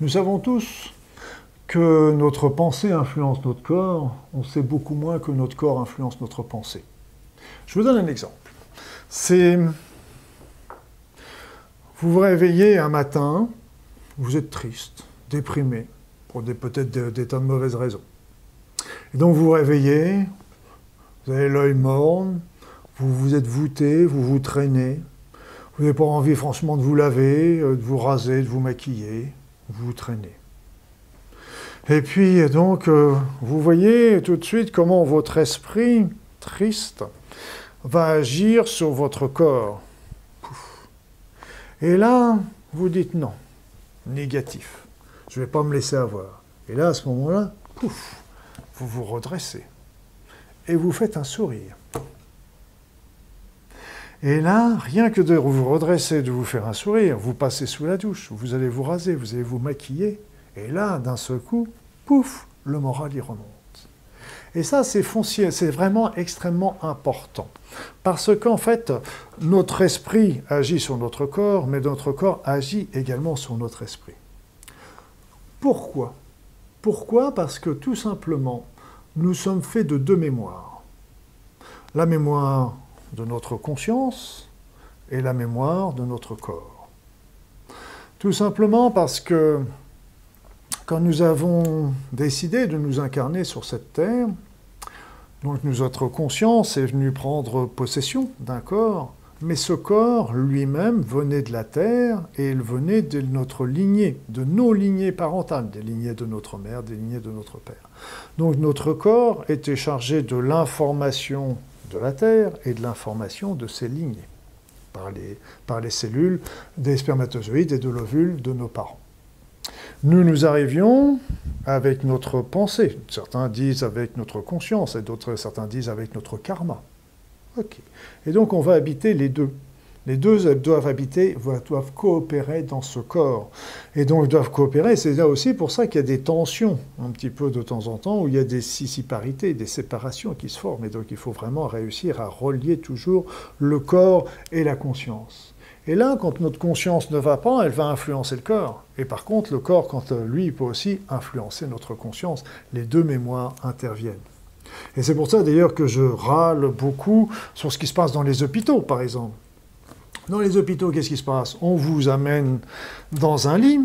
Nous savons tous que notre pensée influence notre corps, on sait beaucoup moins que notre corps influence notre pensée. Je vous donne un exemple. C'est... Vous vous réveillez un matin, vous êtes triste, déprimé, pour peut-être des tas de mauvaises raisons. Et donc vous vous réveillez, vous avez l'œil morne, vous vous êtes voûté, vous vous traînez, vous n'avez pas envie franchement de vous laver, de vous raser, de vous maquiller, vous vous traînez. Et puis donc, vous voyez tout de suite comment votre esprit triste va agir sur votre corps. Pouf. Et là, vous dites non, négatif, je ne vais pas me laisser avoir. Et là, à ce moment-là, pouf, vous vous redressez et vous faites un sourire. Et là, rien que de vous redresser, de vous faire un sourire, vous passez sous la douche, vous allez vous raser, vous allez vous maquiller, et là, d'un seul coup, pouf, le moral y remonte. Et ça, c'est foncier, c'est vraiment extrêmement important. Parce qu'en fait, notre esprit agit sur notre corps, mais notre corps agit également sur notre esprit. Pourquoi? Pourquoi? Parce que tout simplement, nous sommes faits de deux mémoires. La mémoire de notre conscience et la mémoire de notre corps. Tout simplement parce que quand nous avons décidé de nous incarner sur cette terre, donc notre conscience est venue prendre possession d'un corps, mais ce corps lui-même venait de la terre et il venait de notre lignée, de nos lignées parentales, des lignées de notre mère, des lignées de notre père. Donc notre corps était chargé de l'information de la terre et de l'information de ses lignées, par les cellules des spermatozoïdes et de l'ovule de nos parents. Nous arrivions avec notre pensée. Certains disent avec notre conscience, et certains disent avec notre karma. Ok. Et donc on va habiter les deux. Les deux doivent coopérer dans ce corps. Et donc doivent coopérer, c'est là aussi pour ça qu'il y a des tensions, un petit peu de temps en temps, où il y a des scisiparités, des séparations qui se forment. Et donc il faut vraiment réussir à relier toujours le corps et la conscience. Et là, quand notre conscience ne va pas, elle va influencer le corps. Et par contre, le corps, quand lui, il peut aussi influencer notre conscience. Les deux mémoires interviennent. Et c'est pour ça d'ailleurs que je râle beaucoup sur ce qui se passe dans les hôpitaux, par exemple. Dans les hôpitaux, qu'est-ce qui se passe? On vous amène dans un lit,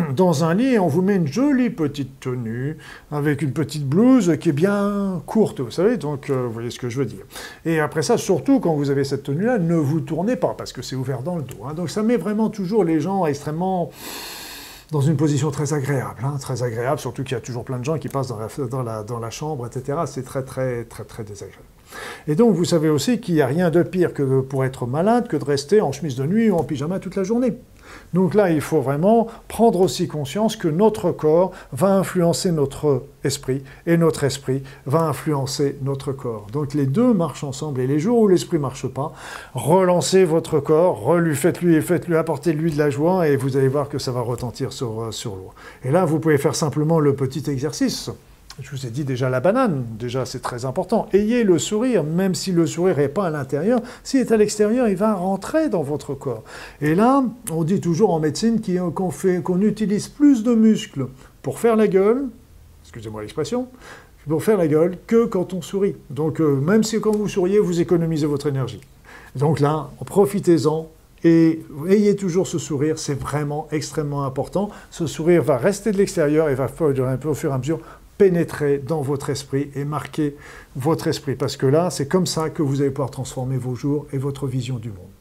et on vous met une jolie petite tenue, avec une petite blouse qui est bien courte, vous savez, donc vous voyez ce que je veux dire. Et après ça, surtout quand vous avez cette tenue-là, ne vous tournez pas, parce que c'est ouvert dans le dos. Hein. Donc ça met vraiment toujours les gens extrêmement dans une position très agréable, surtout qu'il y a toujours plein de gens qui passent dans la chambre, etc. C'est très désagréable. Et donc, vous savez aussi qu'il n'y a rien de pire que pour être malade que de rester en chemise de nuit ou en pyjama toute la journée. Donc là, il faut vraiment prendre aussi conscience que notre corps va influencer notre esprit, et notre esprit va influencer notre corps. Donc les deux marchent ensemble, et les jours où l'esprit ne marche pas, relancez votre corps, faites-lui apporter-lui de la joie, et vous allez voir que ça va retentir sur l'eau. Et là, vous pouvez faire simplement le petit exercice. Je vous ai dit déjà la banane, déjà c'est très important. Ayez le sourire, même si le sourire n'est pas à l'intérieur, s'il est à l'extérieur, il va rentrer dans votre corps. Et là, on dit toujours en médecine qu'on utilise plus de muscles pour faire la gueule, excusez-moi l'expression, pour faire la gueule, que quand on sourit. Donc même si quand vous souriez, vous économisez votre énergie. Donc là, profitez-en. Et ayez toujours ce sourire, c'est vraiment extrêmement important. Ce sourire va rester de l'extérieur et va au fur et à mesure pénétrer dans votre esprit et marquer votre esprit. Parce que là, c'est comme ça que vous allez pouvoir transformer vos jours et votre vision du monde.